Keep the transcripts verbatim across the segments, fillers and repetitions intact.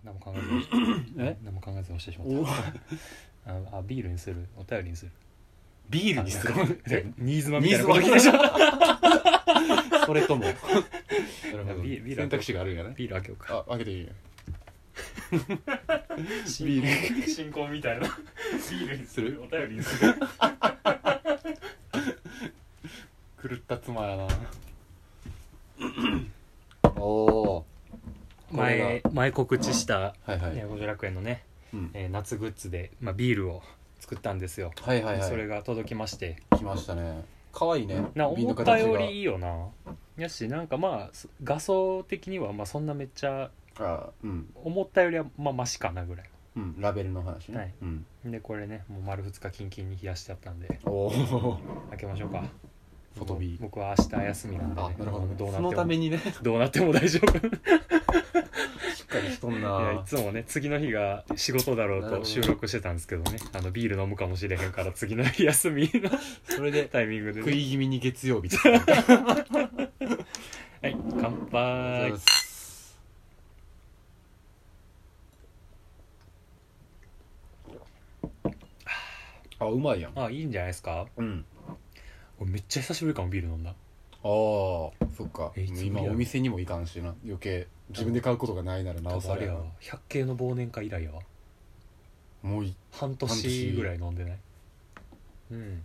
何も考えず押しえ何も考えず押してしまったああビールにするお便りにするビールにする新妻みたいなこと聞いたでしょそれともビール選択肢があるんやね。 ビール開けようかあ開けていいよビール進行みたいなビールにするお便りにする狂った妻やなおー前前告知した、 はいはいね、五条楽園のね、 うんえー、夏グッズで、まあ、ビールを作ったんですよ。 はいはいはい。 それが届きまして来ましたね。可愛いね。 な思ったよりいいよな。やしなんかまあ画像的にはまあそんなめっちゃあ、うん、 思ったよりはまあマシかなぐらい、 うん、ラベルの話ね、 はい、うん、でこれねもう丸ふつかキンキンに冷やしてあったんでおお開けましょうか。 フォトビー僕は明日休みなんで、ね、 あなるほど、ね、 どうなってもそのためにねどうなっても大丈夫しっかりしとんないやいつもね次の日が仕事だろうと収録してたんですけどねあのビール飲むかもしれへんから次の日休みのそれでタイミングで、ね、 食い気味に月曜日はい乾杯。 あうまいやん。 あいいんじゃないですか。 うん俺めっちゃ久しぶりかもビール飲んだ。 ああそっか今お店にも行かんしな余計自分で買うことがないならなおさらやわ。 ひゃっけいの忘年会以来やわ。 もうい半年ぐらい飲んでない。うんう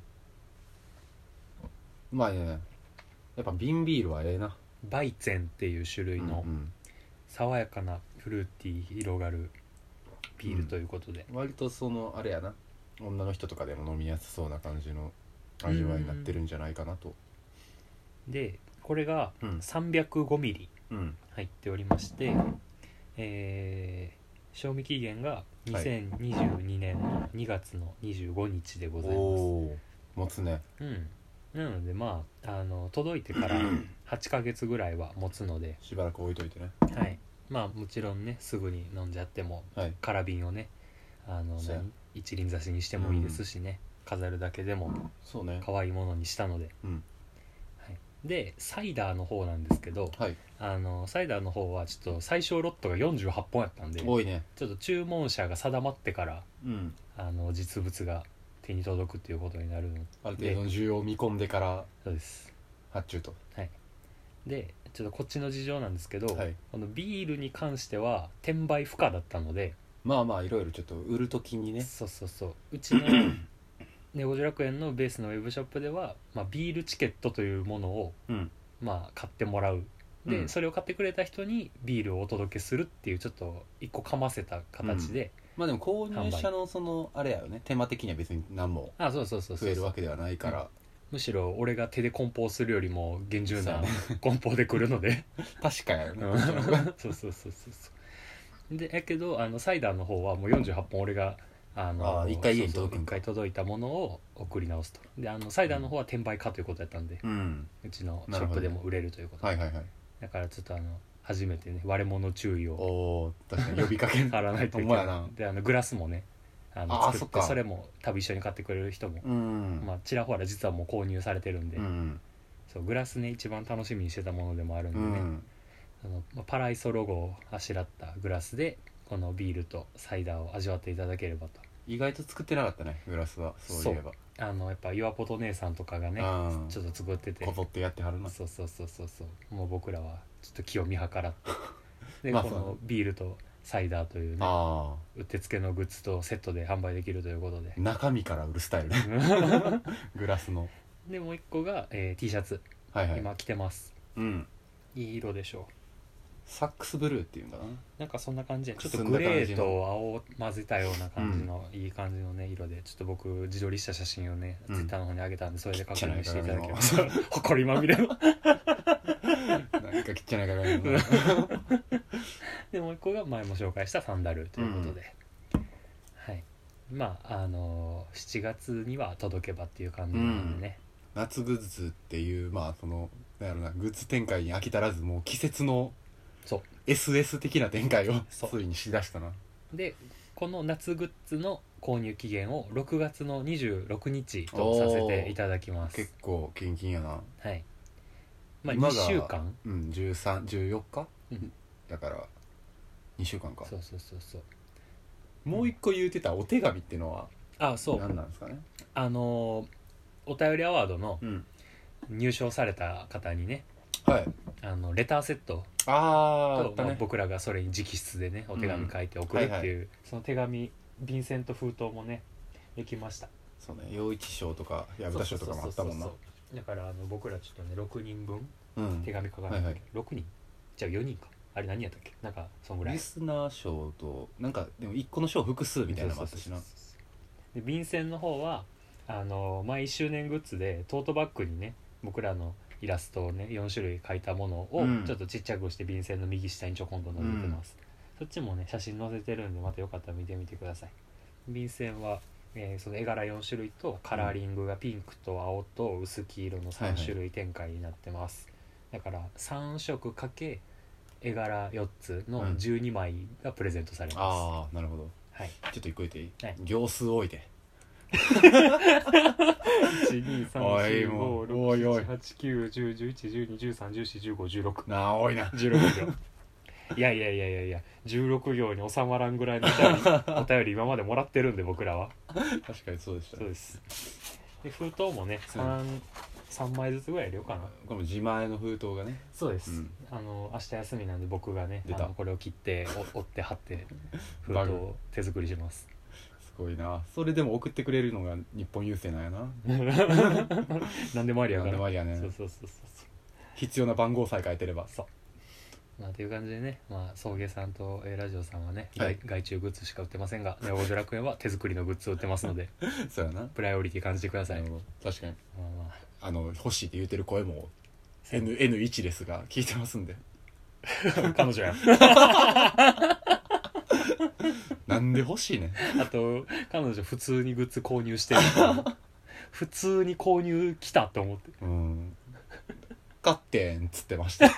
まいね。やっぱ瓶ビールはええな。 バイゼンっていう種類の爽やかなフルーティー広がるビールということで、 うん、割とそのあれやな女の人とかでも飲みやすそうな感じの味わいになってるんじゃないかなと。 でこれがさんびゃくごミリ入っておりまして、うん、えー、賞味期限がにせんにじゅうにねんのにがつのにじゅうごにちでございます。おー持つね。 うんなのでまあ、あの届いてからはちかげつぐらいは持つのでしばらく置いといてね。 はいまあもちろんねすぐに飲んじゃっても、はい、空瓶をねあの何一輪挿しにしてもいいですしね、うん、飾るだけでも可愛いものにしたので、うんはい、でサイダーの方なんですけど、はい、あのサイダーの方はちょっと最小ロットがよんじゅうはっぽんやったんで多いね。 ちょっと注文者が定まってから、うん、あの実物が手に届くっていうことになるのである程度の需要を見込んでからそうです発注と。 はいでちょっとこっちの事情なんですけど、はい、このビールに関しては転売不可だったのでまあまあいろいろちょっと売るときにねそうそうそううちのね五条楽園のベースのウェブショップでは、まあ、ビールチケットというものを、うんまあ、買ってもらうで、うん、それを買ってくれた人にビールをお届けするっていうちょっと一個かませた形で、 うん、まあでも購入者のそのあれやよね手間的には別に何も増えるわけではないからむしろ俺が手で梱包するよりも厳重な梱包で来るので確かやよねそうそうそうそうでやけどあのサイダーの方はもうよんじゅうはっぽん俺があのあ一回家に届く一回届いたものを送り直すとであのサイダーの方は転売可ということやったんで、うん、うちのショップでも売れるということで、はいはいはい、だからちょっとあの初めてね割れ物注意をお確かに呼びかけ貼らないといけないであのグラスもねあの作って そ, それも多分一緒に買ってくれる人も、うんまあ、ちらほら実はもう購入されてるんで、うん、そうグラスね一番楽しみにしてたものでもあるんでね、うん、あのまあ、パライソロゴをあしらったグラスでこのビールとサイダーを味わっていただければと。 意外と作ってなかったねグラスは。そういえばあのやっぱ岩本姉さんとかがねちょっと作っててこぞってやってはるな。 そうそうそうそうそうもう僕らはちょっと気を見計らってで、まあ、このビールとサイダーというねうってつけのグッズとセットで販売できるということで中身から売るスタイルグラスのでもう一個が、えー、T シャツ、はいはい、今着てます、うん、いい色でしょう。 サックスブルーっていうんだななんかそんな感じでちょっとグレーと青を混ぜたような感じの、うん、いい感じのね色でちょっと僕自撮りした写真をね、うん、ツイッターの方に上げたんでそれで確認していただけますほこりまみれのなんかきっちゃないからねでもう一個が前も紹介したサンダルということで、うん、はいまああのー、しちがつには届けばっていう感じなんでね、 うん、夏グッズっていうまあそのなんやろなグッズ展開に飽き足らずもう季節のそう エスエス 的な展開をついにしだしたな。 でこの夏グッズの購入期限をろくがつのにじゅうろくにちとさせていただきます。 結構キンキンやな。 はいまあにしゅうかんうんじゅうさん、じゅうよっか、うん、だからにしゅうかんか。 そうそうそうそう。 もう一個言うてたお手紙っていうのはあ、そう何なんですかね。 あのお便りアワードのうん入賞された方にね、 はい。 あのレターセットと、 あーあったね。 まあ僕らがそれに直筆でねお手紙書いて送るっていう、 うんはいはいその手紙便箋と封筒もねできました。 そうね、陽一賞とか矢蓋賞とかもあったもんな。 だからあの僕らちょっとねろくにんぶんうん手紙書かないと、はいはい、ろくにんじゃあよにんか、あれ何やったっけ、なんかそんぐらいリスナー賞となんかでもいっこの賞複数みたいなのもあったしな。 で便箋の方はあの毎いっしゅうねんグッズでトートバッグにね僕らのイラストをねよんしゅるい書いたものをちょっとちっちゃくして便箋の右下にちょこんと載せてます、うん、そっちもね写真載せてるんでまたよかったら見てみてください。便箋は、えー、その絵柄よんしゅるいとカラーリングがピンクと青と薄黄色のさんしゅるい展開になってます、はいはい、だからさんしょくかけ絵柄よっつのじゅうにまいがプレゼントされます、うん、 ああなるほど、 はい、 ちょっと言っといていい、 はい、 行数多いでいち、に、さん、よん、ご、ろく、なな、はち、きゅう、じゅう、じゅういち、じゅうに、じゅうさん、じゅうよん、じゅうご、じゅうろくなあ多いなじゅうろく行いやいやいやいやいやじゅうろく行に収まらんぐらいのお便りお便り今までもらってるんで僕らは確かにそうでした、ね、 そうです。で封筒もね 3, さんまいずつぐらい入れようかな。 これも自前の封筒がね。 そうです、うん、あの明日休みなんで僕がねあのこれを切って折って貼って封筒を手作りしますすごいな。それでも送ってくれるのが日本郵政なんやな何でもありやから。 何でもありやね。 そうそうそうそう。 必要な番号さえ書いてれば。 そうまあという感じでね、まあ送迎さんと A ラジオさんはね、 はい、 外注グッズしか売ってませんがネオ五条楽園は手作りのグッズを売ってますのでそうやな、 プライオリティ感じてください。 確かに、 まあまあ、あの欲しいって言ってる声も N エヌワン ですが聞いてますんで彼女やなんで欲しいねん。 あと彼女普通にグッズ購入してる普通に購入来たと思って、 うん買ってんっつってました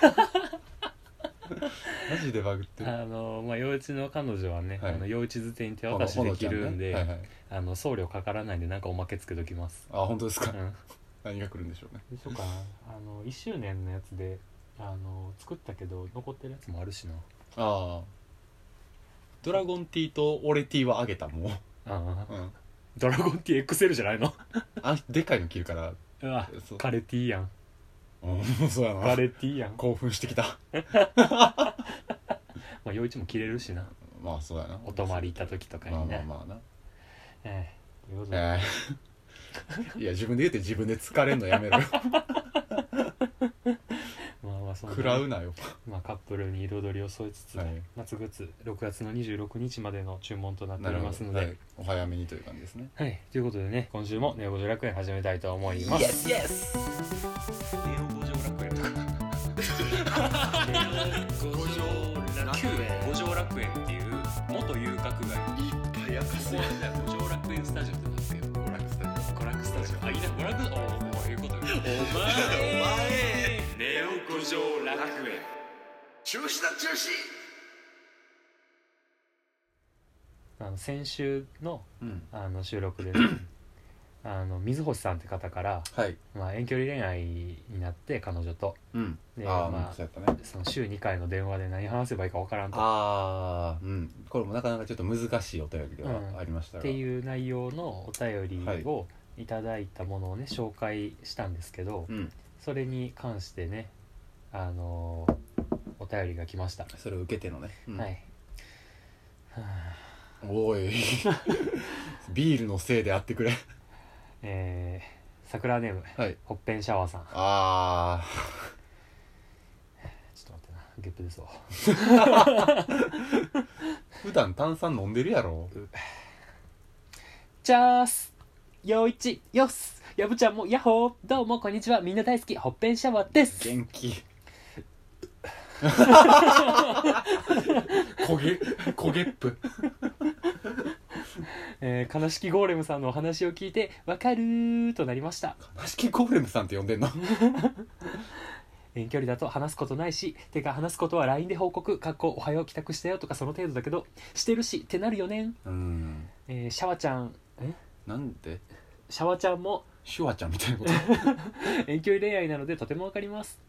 マジでバグってる。 あのまあ幼稚の彼女はね、はい、あの幼稚図店に手渡しできるんで、 ねはいはい、 あの送料かからないんでなんかおまけつけときます。 あ本当ですか、 うん、 何が来るんでしょうね。 でしょうかな。あのいっしゅうねんのやつであの作ったけど残ってるやつもあるしな。 ああドラゴンティーとオレティーはあげたもう。 ああ、うん、ドラゴンティー エックスエル じゃないのあでかいの着るからうわカレティーやん。 うんそうやな。 カレティーやん。 興奮してきたまあ陽一も着れるしな。 まあそうやな。 お泊まり行った時とかにね。 まあまあまあな。 ええー、 えー、いや自分で言って自分で疲れんのやめろよまあまあそんな食らうなよ。 まあカップルに彩りを添えつつ、はい、夏グッズろくがつのにじゅうろくにちまでの注文となっておりますので、はい、 お早めにという感じですね。 はいということでね今週もネオ五条楽園始めたいと思います。 イエスイエス。 ネオ五条楽園とかネオ五条楽園五条楽園っていう元遊郭街いっぱい明かすやん。 五条楽園スタジオってなんですけど、娯楽スタジオ娯楽スタジオあいいな娯楽おおこういうことお前お前ネオ五条楽園中止だ中止。 あの先週の、 うん、 あの収録で、ね、あの水星さんって方から、 はいまあ、遠距離恋愛になって彼女と、 うん、 であ、 まあそうやったね、 その週にかいの電話で何話せばいいか分からんと、 あ、うん、これもなかなかちょっと難しいお便りではありましたが、 うん、っていう内容のお便りをいただいたものをね紹介したんですけど、 うん、 それに関してねあのお便りが来ました。 それを受けてのね、 うん、はい、はあ、おいビールのせいであってくれえー、桜ネーム、 はい、 ほっぺんシャワーさん。 あちょっと待ってなゲップ出そう普段炭酸飲んでるやろ。 チャース陽一よっすやぶちゃんもヤッホーどうもこんにちはみんな大好きほっぺんシャワーです。 元気焦げ焦げっぷえー、悲しきゴーレムさんのお話を聞いてわかるーとなりました。 悲しきゴーレムさんって呼んでんの遠距離だと話すことないし、てか話すことは ライン で報告かっこおはよう帰宅したよとかその程度だけどしてるしってなるよね。 うん、 えー、シャワちゃんえなんでシャワちゃんもシュワちゃんみたいなこと遠距離恋愛なのでとてもわかります。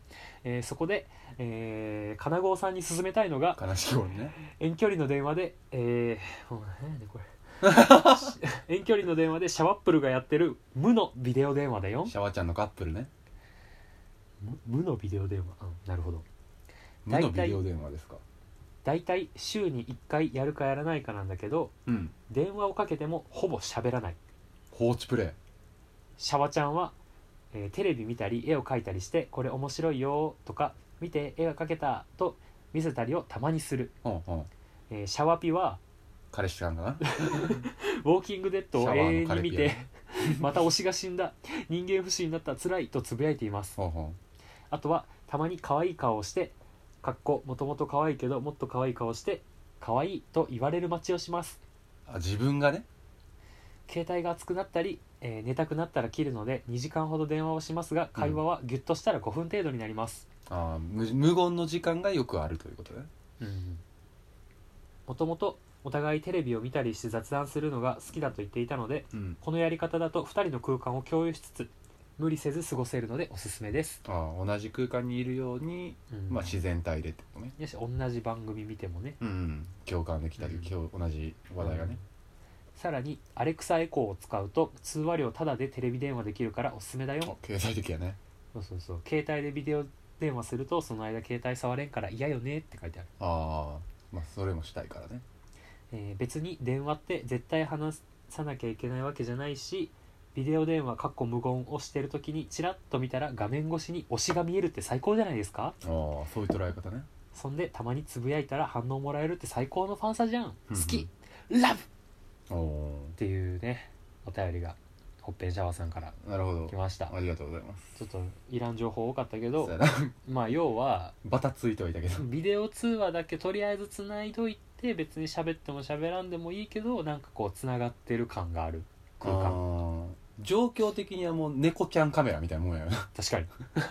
えー、そこで、えー、金郷さんに勧めたいのが悲しい頃ね遠距離の電話で、えー、もう何やねんこれ遠距離の電話でシャワップルがやってる無のビデオ電話だよ。 シャワちゃんのカップルね。 無のビデオ電話、うん、なるほど。 無のビデオ電話ですか。 だいたい週にいっかいやるかやらないかなんだけど、うん、電話をかけてもほぼ喋らない。 放置プレイ。 シャワちゃんは、えー、テレビ見たり絵を描いたりしてこれ面白いよとか見て絵が描けたと見せたりをたまにする、うんうんえー、シャワピは彼氏さんかなウォーキングデッドを永遠に見てまた推しが死んだ人間不信になった辛いとつぶやいています。ほうほう。あとはたまに可愛い顔をしてかっこもともと可愛いけどもっと可愛い顔して可愛いと言われる待ちをします。 あ、自分がね。 携帯が熱くなったり、えー、寝たくなったら切るのでにじかんほど電話をしますが会話はギュッとしたらごふん程度になります。 うん、あ、無無言の時間がよくあるということね。 もともとお互いテレビを見たりして雑談するのが好きだと言っていたので、うん、このやり方だとふたりの空間を共有しつつ無理せず過ごせるのでおすすめです。 ああ、同じ空間にいるように、うんまあ、自然体でってことね。 よし、同じ番組見てもね、 うん、共感できたり、うん、今日同じ話題がね、うん、 さらにアレクサエコーを使うと通話料タダでテレビ電話できるからおすすめだよ。 経済的やね。 そうそうそう。携帯でビデオ電話するとその間携帯触れんから嫌よねって書いてある。 ああ、まあそれもしたいからね。 えー、別に電話って絶対話さなきゃいけないわけじゃないし、ビデオ電話かっこ無言をしてるときにチラッと見たら画面越しに推しが見えるって最高じゃないですか。 ああ、そういう捉え方ね。 そんでたまにつぶやいたら反応もらえるって最高のファンサじゃん。好きラブっていうねお便りがほっぺんシャワーさんから来ました。 ありがとうございます。 ちょっといらん情報多かったけどまあ要はバタついてはいたけどビデオ通話だけとりあえずつないどいて別に喋っても喋らんでもいいけどなんかこうつながってる感がある空間。 状況的にはもう猫ちゃんカメラみたいなもんやな。 確かに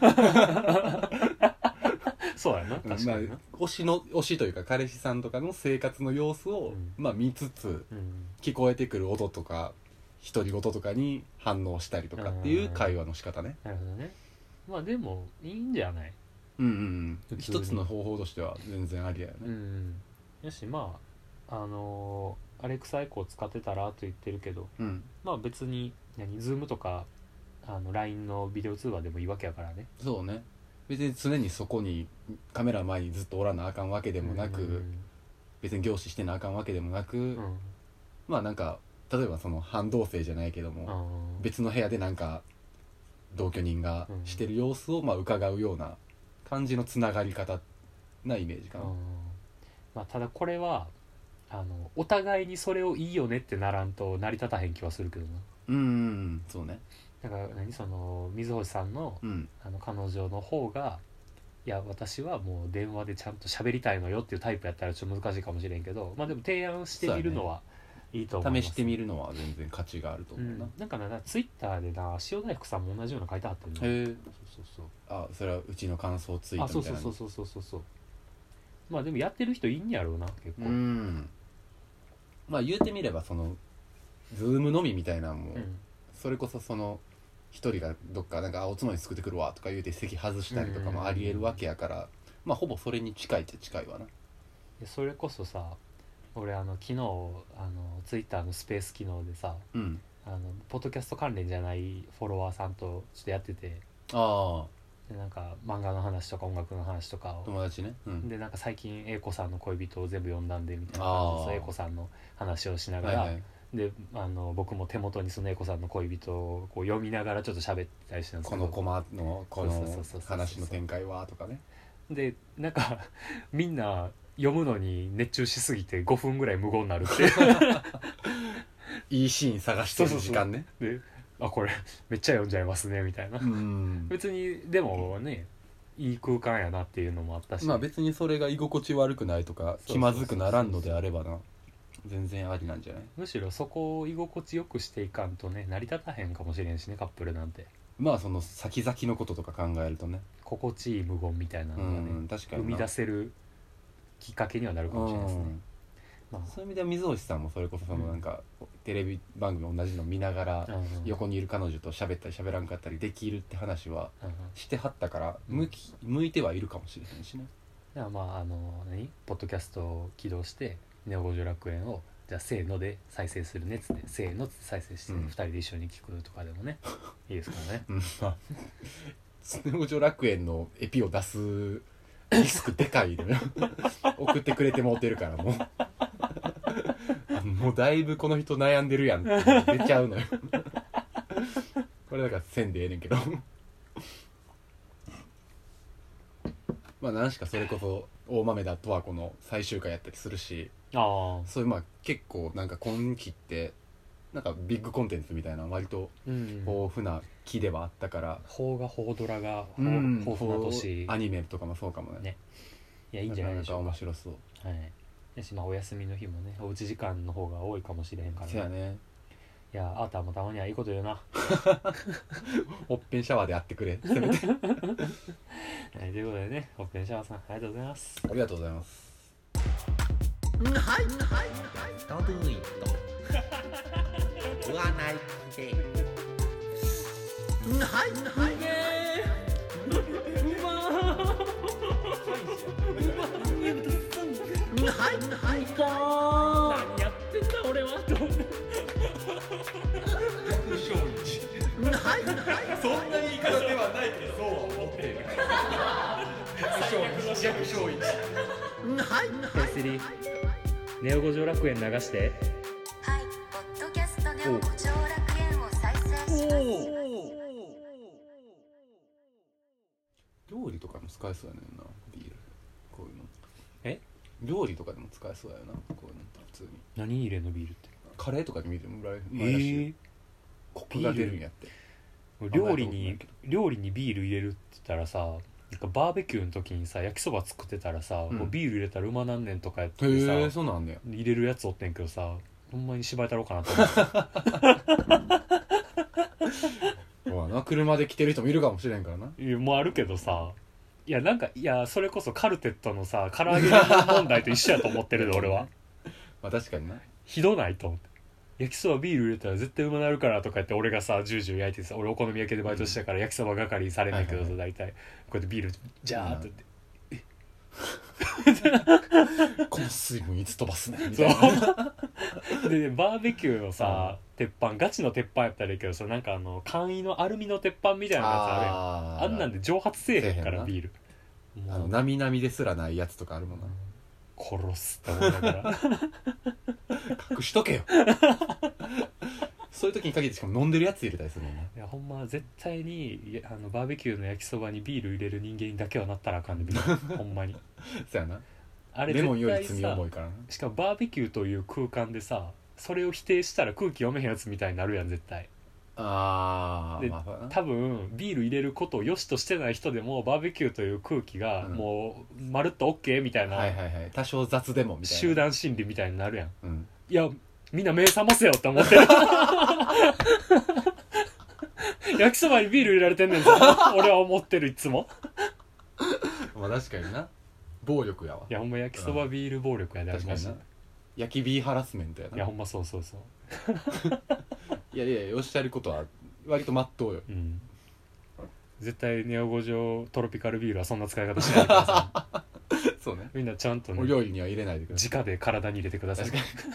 そうやな。確かにな、まあ、推しの推しというか彼氏さんとかの生活の様子を、うん、まあ見つつ、うん、聞こえてくる音とか独り言とかに反応したりとかっていう会話の仕方ね。 なるほどね。まあでもいいんじゃない。 うんうんうん。一つの方法としては全然ありやよね。 うん、うん、よし、まああのー、アレクサエコー使ってたらと言ってるけど、うん、まあ別に何ズームとかあの ライン のビデオ通話でもいいわけやからね。 そうね。別に常にそこにカメラ前にずっとおらなあかんわけでもなく、うんうんうん、別に凝視してなあかんわけでもなく、うん、まあなんか例えばその半同棲じゃないけども、うん、別の部屋でなんか同居人がしてる様子をまあ伺うような感じのつながり方なイメージかな。うん、 まあ、ただこれはあのお互いにそれをいいよねってならんと成り立たへん気はするけどな。 うん、うん、そうね。 だから何その水星さんの、うん、あの彼女の方がいや私はもう電話でちゃんと喋りたいのよっていうタイプやったらちょっと難しいかもしれんけど、まあでも提案してみるのはいいと思います、 ね、試してみるのは全然価値があると思うな、うん、 なんかなツイッターでな塩大福さんも同じような書いてあってるの。へえ。そうそうそう。あ、それはうちの感想ツイートみたいな。 あ、そうそうそうそうそう。まあでもやってる人いいんやろうな結構。うん。 まあ言うてみればそのズームのみみたいなのも、うん、それこそその一人がどっかなんかおつまみ作ってくるわとか言うて席外したりとかもありえるわけやから、まあほぼそれに近いっちゃ近いわな。 それこそさ俺あの昨日あのツイッターのスペース機能でさ、うん、あのポッドキャスト関連じゃないフォロワーさんとちょっとやってて、あでなんか漫画の話とか音楽の話とかを友達ね、うん、 でなんか最近英子さんの恋人を全部読んだんでみたいな感じで英子さんの話をしながら、はいはい、であの僕も手元にその英子さんの恋人をこう読みながらちょっと喋ったりしてたんですけど、 このコマのこの話の展開はとかね。 でなんかみんな読むのに熱中しすぎてごふんぐらい無言になるっていいシーン探してる時間ね。 そうそうそうであこれめっちゃ読んじゃいますねみたいな。うん別にでもねいい空間やなっていうのもあったし、 まあ別にそれが居心地悪くないとか気まずくならんのであればな全然ありなんじゃない。 むしろそこを居心地よくしていかんとね成り立たへんかもしれんしねカップルなんて。 まあその先々のこととか考えるとね心地いい無言みたいなのがね、うん、確かに生み出せるきっかけにはなるかもしれないですね。 まあ、そういう意味では水星さんもそれこそそのなんか、うん、テレビ番組同じの見ながら横にいる彼女と喋ったり喋らんかったりできるって話はしてはったから向き、向いてはいるかもしれへんしね。 いやまああの何ポッドキャストを起動してネオ五条楽園をじゃあせーので再生するねっつってせーのっつって再生してふたりで一緒に聞くとかでもね、うん、いいですからね。 うんまあネオ五条楽園のエピを出すリスクでかいのよ送ってくれてもうてるからもうもうだいぶこの人悩んでるやんって出ちゃうのよこれだからせんでええねんけどまあ何しかそれこそ大豆田とはこの最終回やったりするし、あそういうまあ結構なんか今期ってなんかビッグコンテンツみたいな割と豊富な期ではあったから邦画邦ドラが豊富な年、 アニメとかもそうかも ね, ねいやいいんじゃないでしょうか。 面白そう。 はい。やしまあお休みの日もねおうち時間の方が多いかもしれへんから、ね、 そうやね。 いやあーたもたまにはいいこと言うなおっぺんシャワーでやってくれせめてはいということでねおっぺんシャワーさんありがとうございます。 ありがとうございます。 はいはいとどいと占いではいはいはいはい何やってんだ俺はと思って百姓一はいはいそんな言い方ではないけどそう思っている百姓一はいはいスリーネオ五条楽園流してはいポッドキャストネオ五条楽園を再生します。 料理とかも使えそうやねんなビールこういうの。 え料理とかでも使えそうやなこういうの普通に。 何入れのビールってカレーとかに見てもらえるえー、 コクが出るんやって。 料理に料理にビール入れるって言ったらさなんかバーベキューの時にさ焼きそば作ってたらさ、うん、もうビール入れたらうまなんねんとかやってさ、へーそうなんねや入れるやつおってんけどさほんまに芝居太郎かなと思ってそうな車で来てる人もいるかもしれんからな。 いやもうあるけどさいやなんかいやそれこそカルテットのさ唐揚げ問題と一緒やと思ってるで俺はまあ確かになひどないと思って焼きそばビール入れたら絶対うまなるからとか言って俺がさジュージュー焼いてさ俺お好み焼きでバイトしたから焼きそば係にされんねんけどさ、うん、大体こうやってビールジャーっとって、 うん、この水分いつ飛ばすねみたいなでバーベキューのさ、うん、鉄板ガチの鉄板やったらいいけどさなんかあの簡易のアルミの鉄板みたいなやつあるやん あ, あんなんで蒸発せえへんからビールあのなみなみですらないやつとかあるもんな。 殺すって思いながら隠しとけよそういう時に限ってしかも飲んでるやつ入れたりするもんね。 いやほんま絶対にあのバーベキューの焼きそばにビール入れる人間にだけはなったらあかんで、ね、ほんまにそうやなあれレモンより罪重いからな。 しかもバーベキューという空間でさそれを否定したら空気読めへんやつみたいになるやん絶対。 あー、まあ多分ビール入れることを良しとしてない人でもバーベキューという空気がもうまるっと OK みたいな、 はいはいはい、多少雑でもみたいな集団心理みたいになるやん、 うん、 いやみんな目覚ませよって思ってる焼きそばにビール入れられてんねんぞ俺は思ってるいつもまあ確かにな暴力やわ。 いやほんま焼きそばビール暴力やで、 確かにな焼きビーハラスメントやな。 いやほんまそうそうそういやいやおっしゃることは割とまっとうよ、 うん、絶対ネオ五条トロピカルビールはそんな使い方しないでくださいそうねみんなちゃんとねお料理には入れないでください。 直で体に入れてください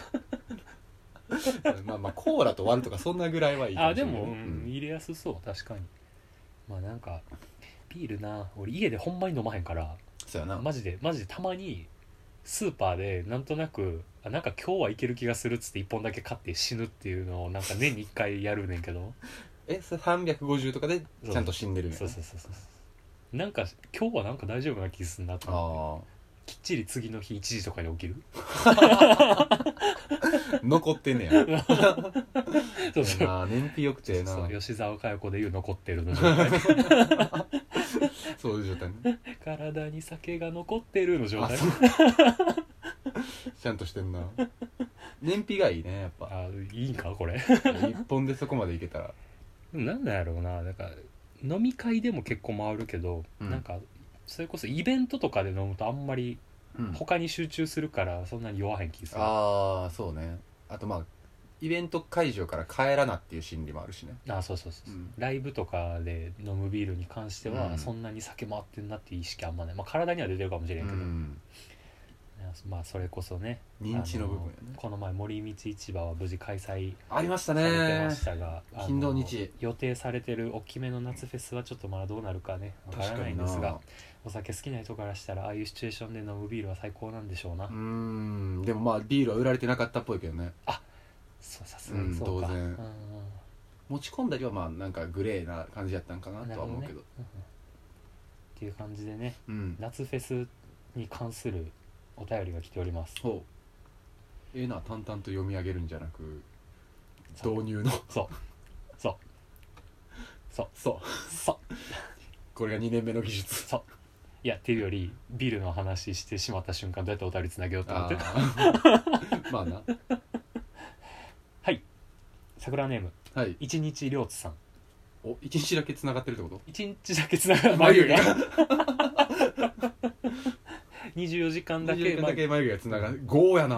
まあまあコーラと割るとかそんなぐらいはいいかもしれない。 あでも、うん、入れやすそう確かに。まあなんかビールな俺家でほんまに飲まへんからそうやなマジでマジでたまにスーパーでなんとなくあなんか今日はいける気がするっつっていっぽんだけ買って死ぬっていうのをなんか年にいっかいやるねんけどえそれさんびゃくごじゅうとかでちゃんと死んでるんや、ね、 そうそうそうそうなんか今日はなんか大丈夫な気すんなと思ってきっちり次の日いちじとかに起きる残ってんねやそうそうあ燃費よくてな。 そう吉沢佳代子でいう残ってるの状態そういう状態ね体に酒が残ってるの状態ちゃんとしてんな。燃費がいいねやっぱ。 あいいんかこれ一本でそこまでいけたらなんだろうな。なんか飲み会でも結構回るけど、うん、なんかそれこそイベントとかで飲むとあんまりうん、 他に集中するからそんなに酔わへん気する。 ああそうね。あとまあイベント会場から帰らなっていう心理もあるしね。 ああそうそうそう、うん、ライブとかで飲むビールに関しては、うん、そんなに酒回ってんなっていう意識あんまない。まあ体には出てるかもしれんけど、うん、まあそれこそね認知の部分やね。 この前森道市場は無事開催ありましたね。 されてましたが、 金土日予定されてる大きめの夏フェスはちょっとまだどうなるかねわからないんですが、お酒好きな人からしたらああいうシチュエーションで飲むビールは最高なんでしょうな。 うーんでもまあビールは売られてなかったっぽいけどね。 あそうさすがにそうか、 うん、当然、 うん、 持ち込んだりはまあなんかグレーな感じやったんかなとは思うけど、ね、 うん、っていう感じでね、 うん、 夏フェスに関するお便りが来ております。 ほうええな、淡々と読み上げるんじゃなく導入のそうそうそうそうそうこれがにねんめの技術。 そういやっていうよりビールの話してしまった瞬間どうやってお便りつなげようと思ってまあなはい桜ネーム、 はい、 一日りょうつさん。 お一日だけつながってるってこと？ 一日だけつながる眉毛がにじゅうよじかんだけにじゅうよじかんだけ眉毛がつながるゴーやな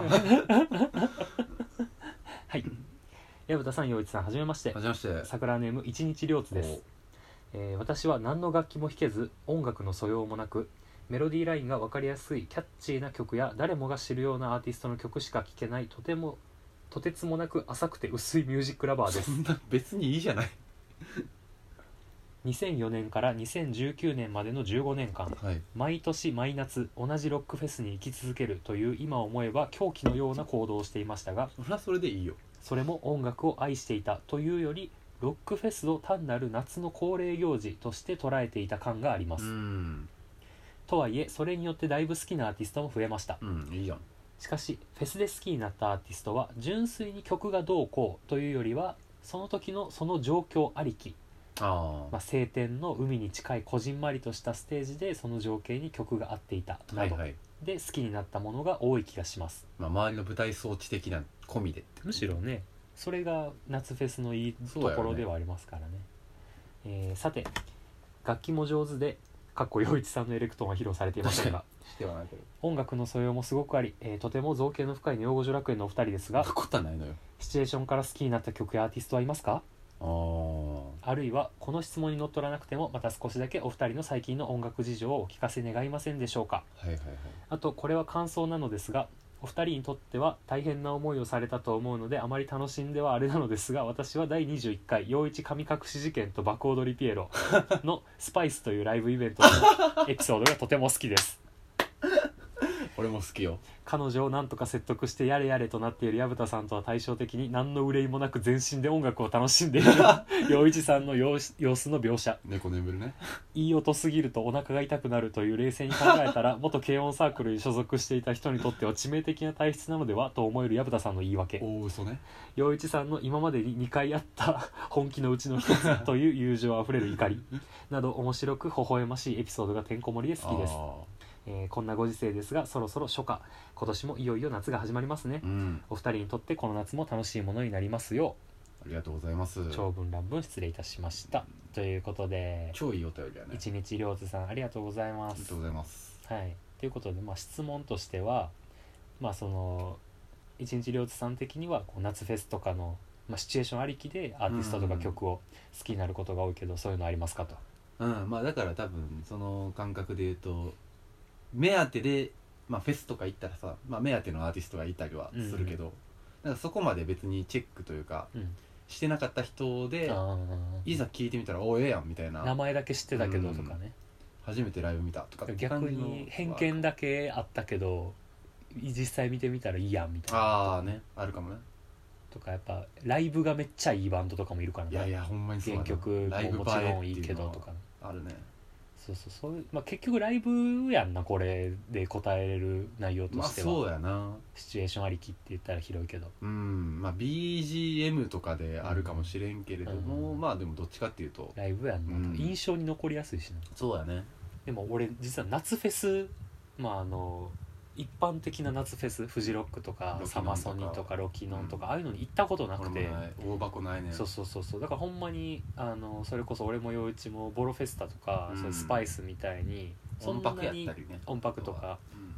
はい矢蓋さん陽一さんはじめまして。 はじめまして。 桜ネーム一日りょうつです。えー、私は何の楽器も弾けず音楽の素養もなくメロディーラインが分かりやすいキャッチーな曲や誰もが知るようなアーティストの曲しか聴けないとてもとてつもなく浅くて薄いミュージックラバーです。 そんな別にいいじゃないにせんよねんからにせんじゅうきゅうねんまでのじゅうごねんかん、はい、毎年毎夏同じロックフェスに行き続けるという今思えば狂気のような行動をしていましたが、 それはそれでいいよ。 それも音楽を愛していたというよりロックフェスを単なる夏の恒例行事として捉えていた感があります。 うんとはいえそれによってだいぶ好きなアーティストも増えました。 うん、いいじゃん。 しかしフェスで好きになったアーティストは純粋に曲がどうこうというよりはその時のその状況ありき、 あ、 まあ、晴天の海に近いこじんまりとしたステージでその情景に曲が合っていたなどで好きになったものが多い気がします。 まあ、周りの舞台装置的な込みでってむしろねそれが夏フェスのいいところではありますからね。えー、さて楽器も上手でかっこ陽一さんのエレクトーンは披露されていませんがしてはないけど音楽の素養もすごくあり、えー、とても造形の深いネオ五条楽園のお二人ですが、 そんなことはないのよ。 シチュエーションから好きになった曲やアーティストはいますか？ ああるいはこの質問にのっとらなくてもまた少しだけお二人の最近の音楽事情をお聞かせ願いませんでしょうか。 はいはいはい。 あとこれは感想なのですがお二人にとっては大変な思いをされたと思うのであまり楽しんではあれなのですが、私はだいにじゅういっかい陽一神隠し事件と爆踊りピエロのスパイスというライブイベントのエピソードがとても好きです。 俺も好きよ。 彼女を何とか説得してやれやれとなっている矢蓋さんとは対照的に何の憂いもなく全身で音楽を楽しんでいる陽一さんの様子の描写、 猫眠るね。 いい音すぎるとお腹が痛くなるという冷静に考えたら元軽音サークルに所属していた人にとっては致命的な体質なのではと思える矢蓋さんの言い訳、 大嘘ね。 陽一さんの今までににかいあった本気のうちの一つという友情あふれる怒りなど面白く微笑ましいエピソードがてんこ盛りで好きです。えー、こんなご時世ですがそろそろ初夏、今年もいよいよ夏が始まりますね、 うん、 お二人にとってこの夏も楽しいものになりますよう。 ありがとうございます。 長文乱文失礼いたしました、うん、ということで超いいお便りやね。 一日りょうずさんありがとうございます。 ありがとうございます。 はい、ということで、まあ、質問としてはまあその一日りょうずさん的にはこう夏フェスとかの、まあ、シチュエーションありきでアーティストとか曲を好きになることが多いけど、うん、そういうのありますかと。 うん、まあだから多分その感覚で言うと目当てで、まあ、フェスとか行ったらさ、まあ、目当てのアーティストがいたりはするけど、うん、なんかそこまで別にチェックというか、うん、してなかった人でいざ聞いてみたらおええやんみたいな、 名前だけ知ってたけどとかね、うん、 初めてライブ見たとかって感じの逆に偏見だけあったけど実際見てみたらいいやんみたいな、 ああね、あるかもね。 とかやっぱライブがめっちゃいいバンドとかもいるからね。 いやいやほんまにそうだな。 原曲ももちろんいいけどとか、ね、 あるね。 そうそうそういう、まあ、結局ライブやんなこれで答えれる内容としては。 まあそうやな。 シチュエーションありきって言ったら広いけど、 うんまあ ビージーエム とかであるかもしれんけれども、うん、まあでもどっちかっていうとライブやんな、うん、印象に残りやすいしな。 そうやね。 でも俺実は夏フェス、まああの一般的な夏フェスフジロックとかサマソニとかロキノンとか、うん、ああいうのに行ったことなくて、 大箱ないね。 そうそうそうそう、だからほんまにあのそれこそ俺も陽一もボロフェスタとか、うん、そういうスパイスみたいにそんなに音泊やったりね、 音泊とか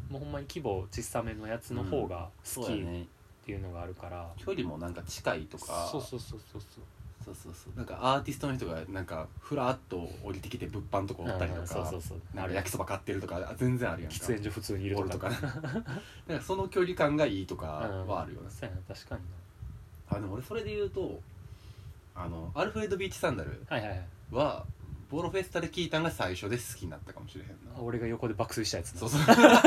もうほんまに規模小さめのやつの方が好きっていうのがあるから、 うん、距離もなんか近いとか、 そうそうそうそうそうそうそうそう、なんかアーティストの人がなんかふらっと降りてきて物販とかおったりとか、 そうそうそう、 なんか焼きそば買ってるとか全然あるやんか、 喫煙所普通にいるとかとかなんかその距離感がいいとかはあるよね、うん、 そうやな、確かにな。あでも俺それで言うとあのアルフレッド・ビーチ・サンダルは、 はいはいはい、 ボロフェスタで聞いたんが最初で好きになったかもしれへんな。 俺が横で爆睡したやつな。そうそう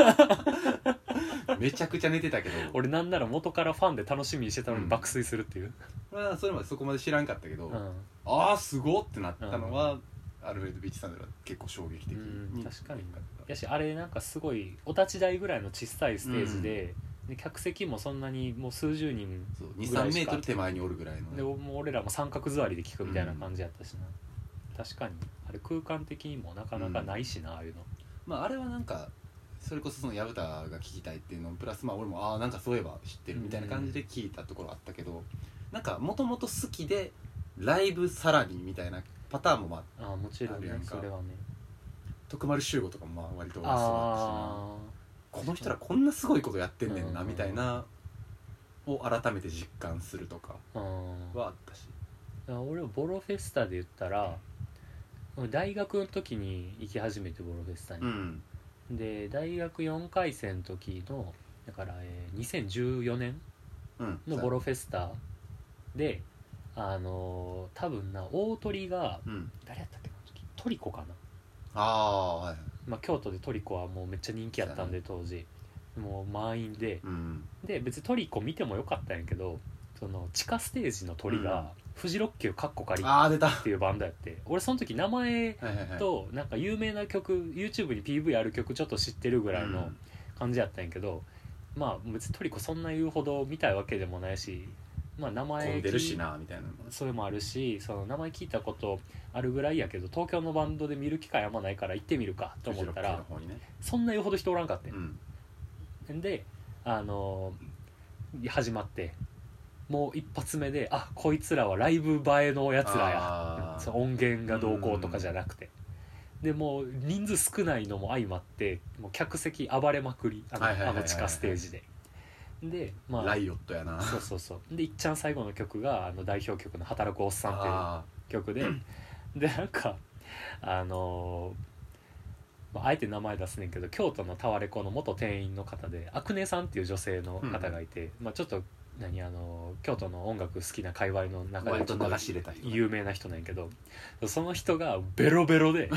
めちゃくちゃ寝てたけど俺なんなら元からファンで楽しみにしてたのに爆睡するっていう、 うん、まあそれまでそこまで知らんかったけど、うん、ああすごってなったのは、うん、アルフレッド・ビーチ・サンダルは結構衝撃的に、 うん、確かにやし、あれなんかすごいお立ち台ぐらいの小さいステージで、うん、で客席もそんなにもう数十人にじゅうさんメートル手前におるぐらいの、ね、 でもう俺らも三角座りで聞くみたいな感じやったしな、うん、確かにあれ空間的にもなかなかないしな、うん、ああいうの。 まああれはなんかそれこそその矢蓋が聞きたいっていうのプラスまあ俺もああなんかそういえば知ってるみたいな感じで聞いたところあったけど、うん、なんかもともと好きでライブさらにみたいなパターンもまああもちろんね、それはね。 徳丸修吾とかもまあ割とそうだったしな、この人らこんなすごいことやってんねんなみたいなを改めて実感するとかはあったし、 俺はボロフェスタで言ったら大学の時に行き始めてボロフェスタに、うん、で大学よんかい生の時のだから、えー、にせんじゅうよねんのボロフェスタで、あのー、多分な大鳥が、うん、誰やったっけな時トリコかなあ、はい、 まあ、京都でトリコはもうめっちゃ人気やったんで当時もう満員で、うん、で別にトリコ見てもよかったんやけどその地下ステージの鳥が、うんフジロッキューカッコカリっていうバンドやって俺その時名前となんか有名な曲 YouTube に ピーブイ ある曲ちょっと知ってるぐらいの感じやったんやけど、うん、まあ別にトリコそんな言うほど見たいわけでもないし、まあ名前混んでるしなみたいなそれもあるしその名前聞いたことあるぐらいやけど東京のバンドで見る機会あんまないから行ってみるかと思ったら、ね、そんな言うほど人おらんかって、うん、であの始まってもう一発目であこいつらはライブ映えのやつらやその音源がどうこうとかじゃなくてでもう人数少ないのも相まってもう客席暴れまくりあの、はいはいはいはい、あの地下ステージでで、まあ、 ライオットやなそうそうそうでいっちゃん最後の曲があの代表曲の働くおっさんっていう曲ででなんかあのーまあ、あえて名前出すねんけど京都のタワレコの元店員の方でアクネさんっていう女性の方がいて、うんまあ、ちょっと何あの京都の音楽好きな界隈の中で有名な人なんやけどその人がベロベロで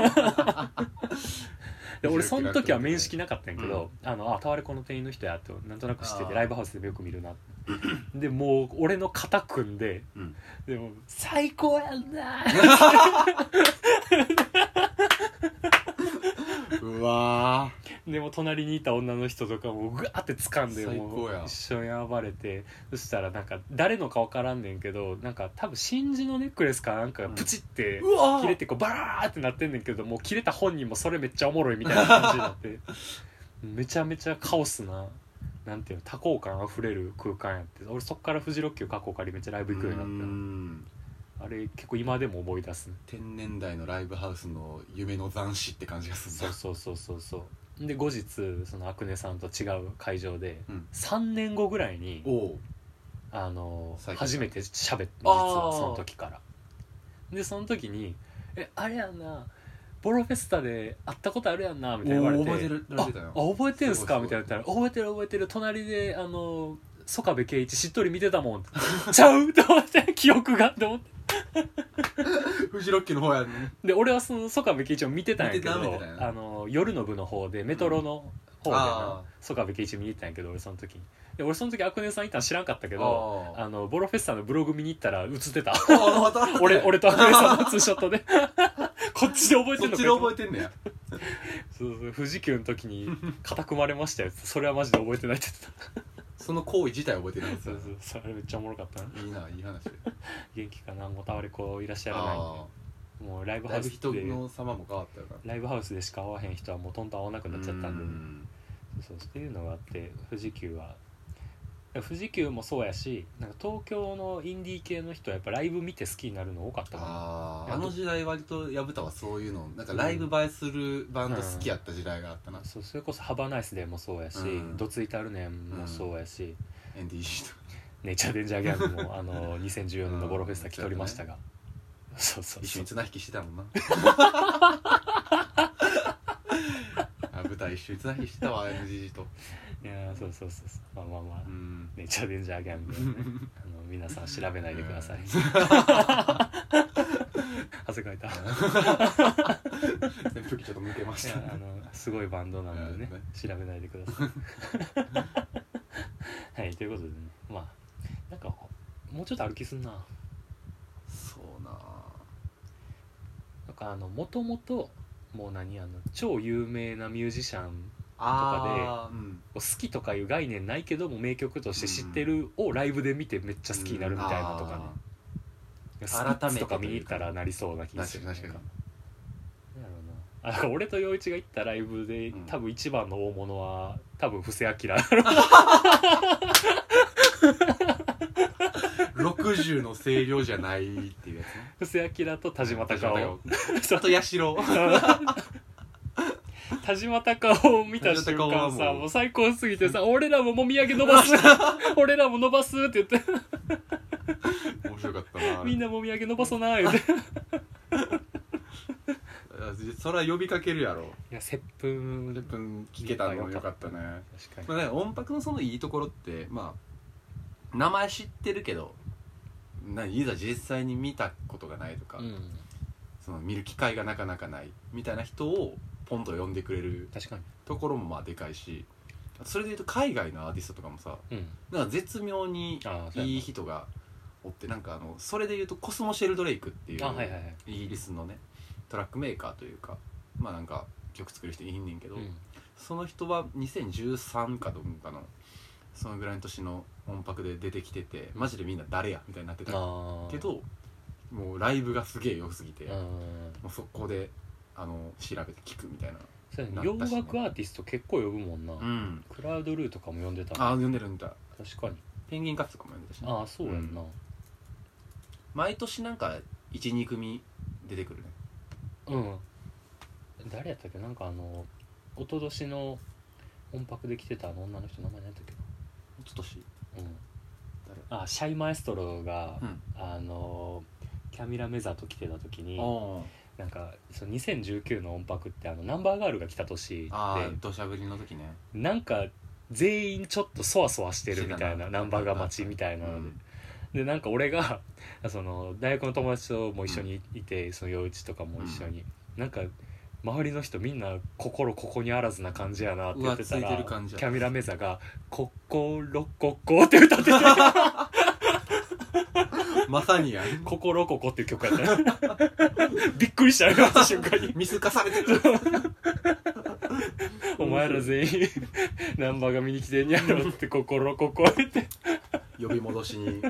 で俺その時は面識なかったんやけど、うん、あのあタワレコの店員の人やってなんとなく知っててライブハウスでよく見るなでもう俺の肩組んで、うん、でも最高やんなうわでも隣にいた女の人とかもグワーって掴んでもう一緒に暴れてそしたらなんか誰のか分からんねんけどなんか多分真珠のネックレスかなんかがプチって切れてこうバラーってなってんねんけどもう切れた本人もそれめっちゃおもろいみたいな感じになってめちゃめちゃカオスななんていうの多幸感あふれる空間やって俺そっからフジロッキュー過去借りめっちゃライブ行くようになったあれ結構今でも思い出す、ね、 天然代のライブハウスの夢の斬新って感じがするんだそうそうそうそうそうで後日そのアクネさんと違う会場で、うん、さんねんごぐらいにあの初めて喋って実はその時からでその時にえあれやんなボロフェスタで会ったことあるやんなみたいな言われて覚えてるああ覚えてんすかみたいな言ったら覚えてる覚えてる隣であの曽我部圭一しっとり見てたもんちゃうと思って記憶がと思ってフジロッキーの方やねで俺はその曽我部圭一を見てたんやけどあの夜の部の方でメトロの方でな曽我部圭一見に行ったんやけど俺その時にで俺その時アクネさんいたん知らんかったけどあのボロフェスタのブログ見に行ったら映ってた俺, 俺とアクネさんのツーショットでこっちで覚えてんのかそっちで覚えてんねやそうそう富士急の時に肩組まれましたよそれはマジで覚えてないって言ってたその行為自体覚えてないんですよそうそうそれめっちゃおもろかったないいないい話元気かなもうタワレコいらっしゃらないんでもうライブハウスで人の様も変わったよなライブハウスでしか会わへん人はもうとんと会わなくなっちゃったんで、うんそうそうっていうのがあって富士急は富士急もそうやし、なんか東京のインディー系の人はやっぱライブ見て好きになるの多かったかな。 ああの時代割と薮田はそういうのなんかライブ映えするバンド好きやった時代があったな、 うん、そうそれこそハバナイスデーもそうやし、うん、ドツイタルネンもそうやし、 うん、エンディージーとネイチャーデンジャーギャングもあのにせんじゅうよねんのボロフェスタ来とりましたが、うん、そうそうそう一緒に綱引きしてたもんなあ舞台一緒に綱引きしてたわ エヌジージー といやそうそうそうそうまあまあまあ、うん、ネイチャーデンジャーギャングをねあの皆さん調べないでください、うん、汗かいた扇風機ちょっと向けました、 いやあのすごいバンドなんでね、調べないでくださいはいということでね、まあなんかもうちょっと歩きすんな。 そうななんかあのもともともう何あの超有名なミュージシャンとかで、うん、好きとかいう概念ないけども名曲として知ってるをライブで見てめっちゃ好きになるみたいなとかね、うん、スピッツとか見に行ったらなりそうな気がする。 確かに確かにあだから俺と陽一が行ったライブで、うん、多分一番の大物は多分布施明ろくじゅうの声量じゃないっていうやつね。 布施明と田島隆夫あと八代田島隆夫を見た瞬間さもう最高すぎてさ俺らももみあげ伸ばす俺らも伸ばすって言って面白かったなみんなもみあげ伸ばそうな言ってそれは呼びかけるやろ。 いや接吻接吻聞けたのよかったね。 確かに、 まあね、音楽のそのいいところってまあ名前知ってるけどいざ実際に見たことがないとか、うん、その見る機会がなかなかないみたいな人をポンと呼んでくれるところもまあでかいし、それでいうと海外のアーティストとかもさ、うん、なんか絶妙にいい人がおって、なんかあのそれでいうとコスモシェルドレイクっていうイギリスのねトラックメーカーというかまあなんか曲作る人いんねんけど、うん、その人はにせんじゅうさんかどうかのそのぐらいの年の音楽で出てきててマジでみんな誰やみたいになってたけどもうライブがすげえ良すぎてもう速攻であの調べて聴くみたいな。 洋楽アーティスト結構呼ぶもんな、うん、クラウドルーとかも呼んでたああ呼んでるんだ。 確かにペンギンカツとかも呼んでたし、ね、 ああそうやんな、うん、 毎年なんか いちにくみ出てくるね。 うん誰やったっけなんかあの一昨年の音楽で来てたあの女の人名前何やったっけな一昨年うんあシャイマエストロが、うん、あのキャミラメザと来てた時になんかそのにせんじゅうきゅうの音楽ってあのナンバーガールが来た年であ土砂降りの時ねなんか全員ちょっとそわそわしてるみたいなナンバーガー待ちみたいなので、うん、でなんか俺がその大学の友達とも一緒にいて、うん、その陽一とかも一緒に、うん、なんか周りの人みんな心ここにあらずな感じやなって言ってたらキャミラメザがコッコロココって歌っててまさにやココロココっていう曲やったびっくりしたよった瞬間に見透かされてるお前ら全員ナンバーが見に来てんやろってココロココって呼び戻しにそうや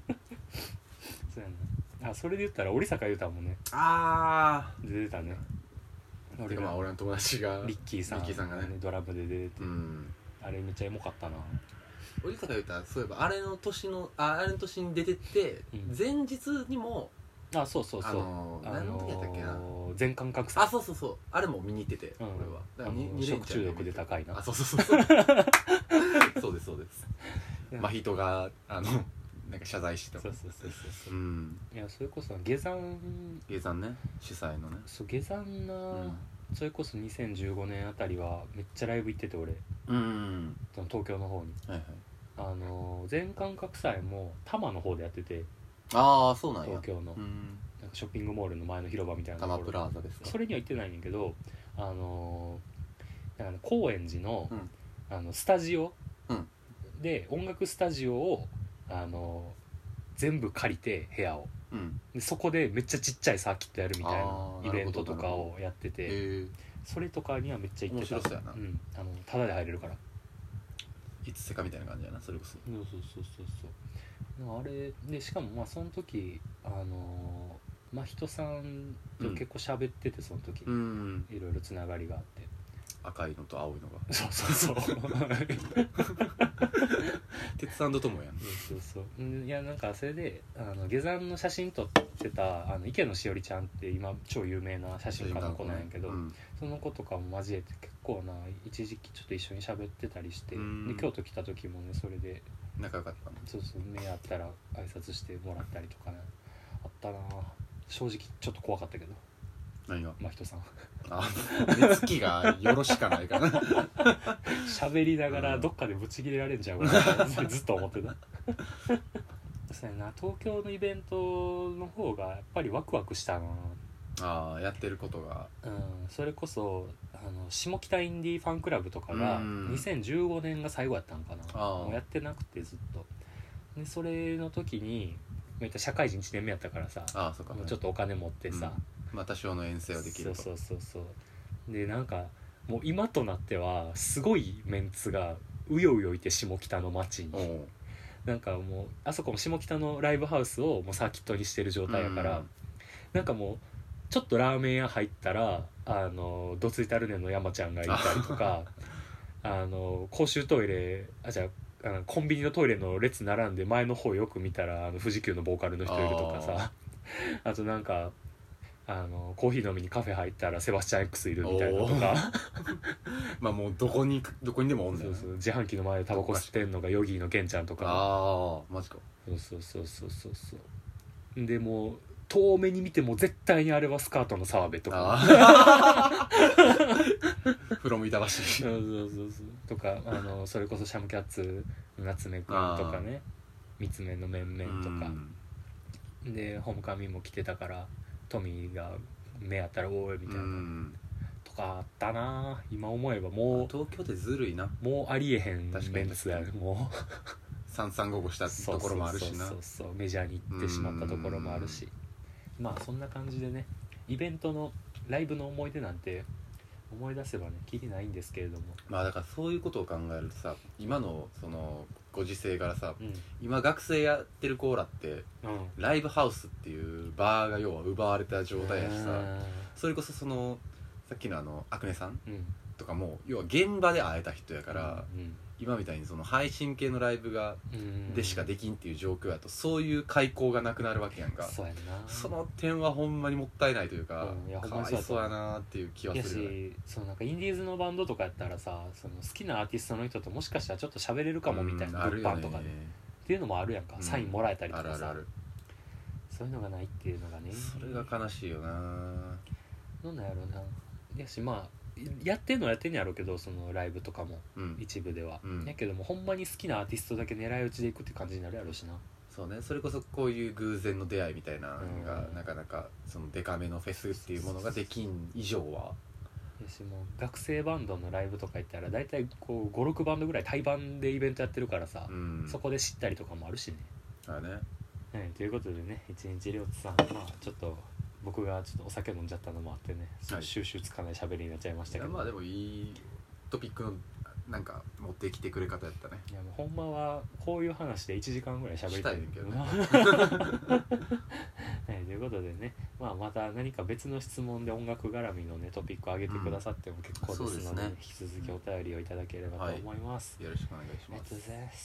なあそれで言ったら織坂優太もねあ出てたね俺がまあ俺の友達がリッキーさん、 リッキーさんがねドラムで出てて、うん、あれめっちゃエモかったな。 織坂優太そういえばあれの年のああれの年に出てって、うん、前日にもあそうそうそう、あのー、何の時やったっけな全感覚祭あそうそうそうあれも見に行ってて、うん、俺はだからに食中毒で高いなあそうそうそうそうそうですそうです真人があのなんか謝罪してたそうそうそうそう、うん、いやそれこそ下山下山ね主催のねそう下山な、うん、それこそにせんじゅうごねんあたりはめっちゃライブ行ってて俺、うんうん、その東京の方に、はいはい、あの全感覚祭も多摩の方でやっててああそうなんや東京の、うん、なんかショッピングモールの前の広場みたいな多摩プラザですか。 それには行ってないんだけどあのなんか、ね、高円寺の、うん、あのスタジオ、うん、で音楽スタジオをあの全部借りて部屋を、うん、でそこでめっちゃちっちゃいサーキットやるみたいなイベントとかをやっててそれとかにはめっちゃ行ってた。 面白そうやな、うん、 あのタダで入れるからいつせかみたいな感じやなそれこそ。 そうそうそうそうそうあれでしかもまあその時あの真人さんと結構喋っててその時、うん、いろいろつながりがあって赤いのと青いのがそうそうそう鉄さんとともやん。 そうそうそう。いやなんかそれであの下山の写真撮ってたあの池野しおりちゃんって今超有名な写真家の子なんやけど、うん、その子とかも交えて結構な一時期ちょっと一緒に喋ってたりして、で京都来た時もねそれで仲良かったの。 そうそう、目あったら挨拶してもらったりとかねあったな。正直ちょっと怖かったけど。 何が？ 真人さん。 あ、目つきがよろしかないかな。 喋りながらどっかでブチ切れられんじゃん、うん、ずっと思ってた。そうやな、東京のイベントの方がやっぱりワクワクしたな。 ああ、やってることが、 うん、それこそあの下北インディーファンクラブとかがにせんじゅうごねんが最後やったんかな。もうやってなくてずっとで、それの時に社会人いちねんめやったからさ、 ああ、そうか、 もうちょっとお金持ってさ、 うん、まあ多少の遠征はできると。 そうそうそうそうで、なんかもう今となってはすごいメンツがうようよいて下北の街に、なんかもうあそこも下北のライブハウスをもうサーキットにしてる状態やから、うん、なんかもうちょっとラーメン屋入ったらあのどついたるねんの山ちゃんがいたりとかあの公衆トイレあじゃああのコンビニのトイレの列並んで前の方よく見たらあの富士急のボーカルの人いるとかさ、 あ, あとなんかあのコーヒー飲みにカフェ入ったらセバスチャン X いるみたいなとかまあもうどこにどこにでもおんだよね。 そうそう、自販機の前でタバコ吸ってんのがヨギーのケンちゃんとか。 ああマジか。 そうそうそうそうそうそうでもう遠目に見ても絶対にあれはスカートの澤部とかフロム板橋そうそうそうそうとかあのそれこそシャムキャッツの夏目くんとかね、三つ目の面々とかでホームカミンも来てたからトミーが目あったらおいみたいなとかあったな。今思えばもう東京ってずるいな。 もうありえへんメンツやね。もう三三五五したところもあるしな。 そうそうそうそうメジャーに行ってしまったところもあるし、まあそんな感じでね、イベントのライブの思い出なんて思い出せばねきりないんですけれども、 まあだからそういうことを考えるとさ、今のそのご時世からさ、うん、今学生やってるコーラって、うん、ライブハウスっていうバーが要は奪われた状態やしさ、それこそそのさっきのあのアクネさん、うん、とかも要は現場で会えた人やから、うんうん、今みたいにその配信系のライブがでしかできんっていう状況やとそういう開口がなくなるわけやんか。 そうやな。 その点はほんまにもったいないというか、うん、いやかわいそうやなっていう気はするよね。 いやし、そのなんかインディーズのバンドとかやったらさ、その好きなアーティストの人ともしかしたらちょっと喋れるかもみたいな、物販とかで、ね、っていうのもあるやんか、うん、サインもらえたりとかさ、あるあるある。そういうのがないっていうのがね、 それが悲しいよな。 どんなんやろうな。やしまあやってんのはやってんやろうけど、そのライブとかも、うん、一部では、うん、やけどもほんまに好きなアーティストだけ狙い撃ちでいくって感じになるやろうしな。 そうね、それこそこういう偶然の出会いみたいなのが、うん、なかなかそのデカめのフェスっていうものができん以上は。 やしもう学生バンドのライブとか行ったら大体こうごろくバンドぐらい対バンでイベントやってるからさ、うん、そこで知ったりとかもあるしね。 あね、 はい、ということでね、一日りょうつさん、まあちょっと僕がちょっとお酒飲んじゃったのもあってね、はい、収集つかない喋りになっちゃいましたけど、 まあでもいいトピックのなんか持ってきてくれ方やったね。 いやもうほんまはこういう話でいちじかんぐらい喋りたいんだけどねはい、ということでね、まあ、また何か別の質問で音楽絡みのねトピックを上げてくださっても結構ですので、うん、でね、引き続きお便りをいただければと思います、 はい、よろしくお願いします。 ありがとうございます。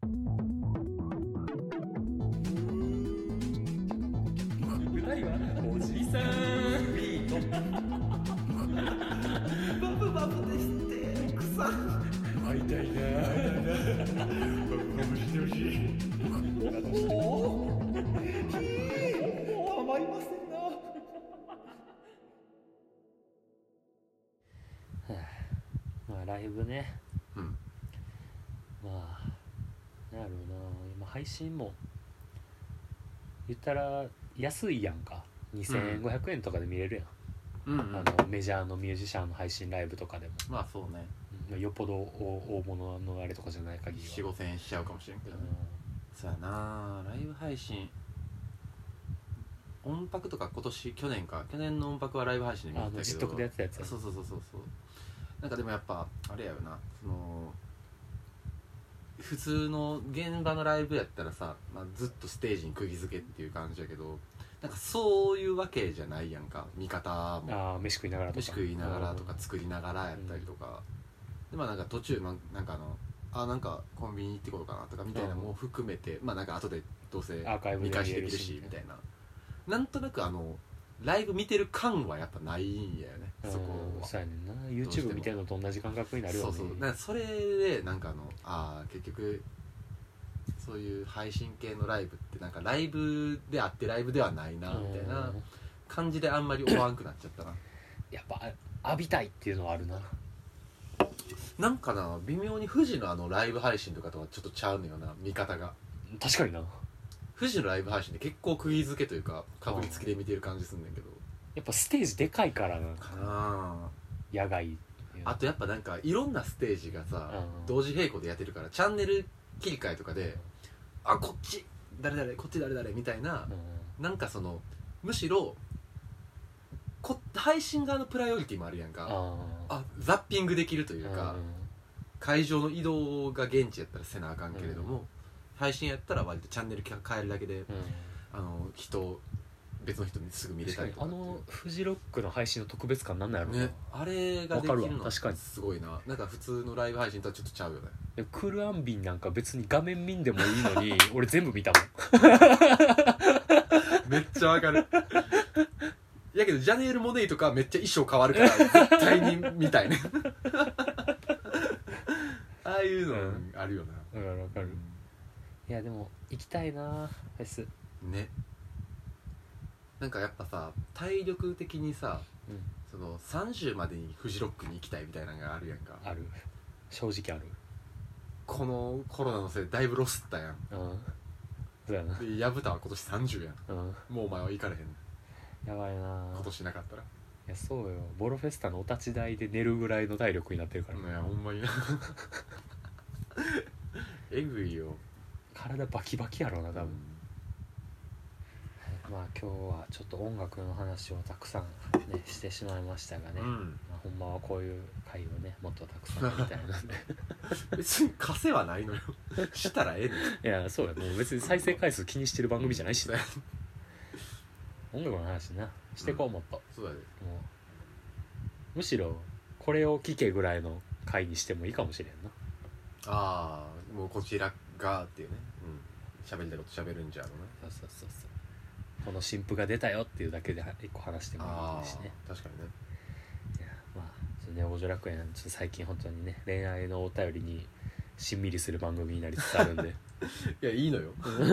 ふたりはおじいさんビートバブバブですって草会いたいなバブバブしてほしいおおたまりませんなまあライブね、うん、まあなんやろうな、今配信も言ったら安いやんか、にせんごひゃくえんとかで見れるやん、うんうん、あのメジャーのミュージシャンの配信ライブとかでも、 まあそうね、 うん、よっぽど大物のあれとかじゃない限りはよん、ごせんえんしちゃうかもしれんけどね、うん、そうやな。ライブ配信音楽とか今年去年か去年の音楽はライブ配信で見てたけど、あの実得でやってたやつや、 そうそうそうそうそう、なんかでもやっぱあれやよな、その普通の現場のライブやったらさ、まあ、ずっとステージに釘付けっていう感じやけど、 なんかそういうわけじゃないやんか、見方も。 ああ飯食いながらとか飯食いながらとか作りながらやったりとか、うん、でまあなんか途中まなんかあのあなんかコンビニ行ってこようかなとかみたいなのも含めて、うん、まあなんか後でどうせ見返しできるしみたいな、なんとなくあのライブ見てる感はやっぱないんやよね、そこは。 そうやねんな、 YouTube 見てるのと同じ感覚になるよね。 そうそう、なんかそれでなんかあのあ結局そういう配信系のライブってなんかライブであってライブではないなみたいな感じであんまりおわんくなっちゃったな。 やっぱ浴びたいっていうのはあるな。 なんかな微妙に富士のあのライブ配信とかとはちょっとちゃうのよな、見方が。 確かにな、 富士のライブ配信で結構釘付けというかかぶりつきで見てる感じすんねんけど、 やっぱステージでかいからな、 かな野外。 あとやっぱなんかいろんなステージがさ、うん、同時並行でやってるからチャンネル切り替えとかで、うん、あこっち誰々こっち誰々みたいな、うん、なんかそのむしろこ配信側のプライオリティもあるやんか、あザッピングできるというか、うん、会場の移動が現地やったらせなあかんけれども、うん、配信やったら割とチャンネル変えるだけで、うん、あの人別の人にすぐ見れたりとか。 あのフジロックの配信の特別感なんなんやろうな、 ね、あれができるのはすごいな。なんか普通のライブ配信とはちょっとちゃうよね。 クールアンビンなんか別に画面見んでもいいのに俺全部見たもんめっちゃわかる。やけどジャネール・モネイとかめっちゃ衣装変わるから絶対に見たいねああいうのあるよな。 わ、うん、かるわかる、うん、いやでも行きたいなフェスね。なんかやっぱさ体力的にさ、うん、そのさんじゅうまでにフジロックに行きたいみたいなのがあるやんか。 ある、正直ある。 このコロナのせいでだいぶロスったやん、うん、 そうやな。 で矢蓋は今年さんじゅうやん、うん、もうお前は行かれへん。 やばいな今年なかったら。いやそうよ、ボロフェスタのお立ち台で寝るぐらいの体力になってるから、 ね、いやほんまになえぐいよ、 体バキバキやろうな多分、うん、まあ今日はちょっと音楽の話をたくさん、ね、してしまいましたがね、うん、まあ、ほんまはこういう回をねもっとたくさんやりたいなんで別に稼はないのよしたらええねん。いやそうや、もう別に再生回数気にしてる番組じゃないし、ね、音楽の話なしてこう、もっと、 うん、そうだね。もうむしろこれを聞けぐらいの回にしてもいいかもしれんな。 ああもうこちらがっていうね、うん、喋りたいこと喋るんじゃろうね。 そうそうそうそう、この新譜が出たよっていうだけで一個話してもいいしね。 確かにね。 いやまあネオ五条楽園ちょっと最近本当にね恋愛のお便りにしんみりする番組になりつつあるんでいやいいのよ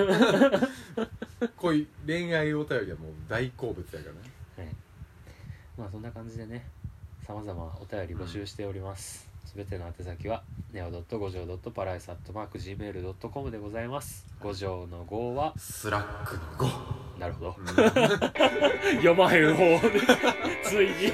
こういう恋愛お便りはもう大好物やからね。 はい、まあそんな感じでねさまざまお便り募集しております。すべ、うん、ての宛先はネオドット五条ドットパライスアットマークジーメールドットコムでございます。五条の五はスラックの五。 なるほど、うん、読まへん方でついに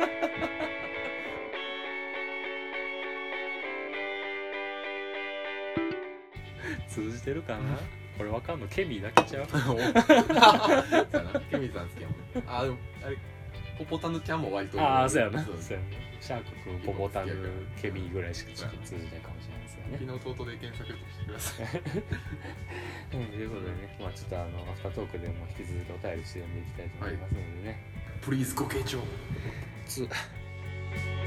通じてるかな、これわかんのケミーだけちゃうケミーさん好きやもん。あでもあれポポタヌキャンも割と。 ああそうやな、そうやな。シャーク君ポポタヌケミーぐらいしかちょっと通じないかもしれないですよね。 昨日弟で検索してくださいうん、ということでね、まあちょっとあのアフタートークでも引き続きお便りして読んでいきたいと思いますのでね、 はい、プリーズご傾聴。 つ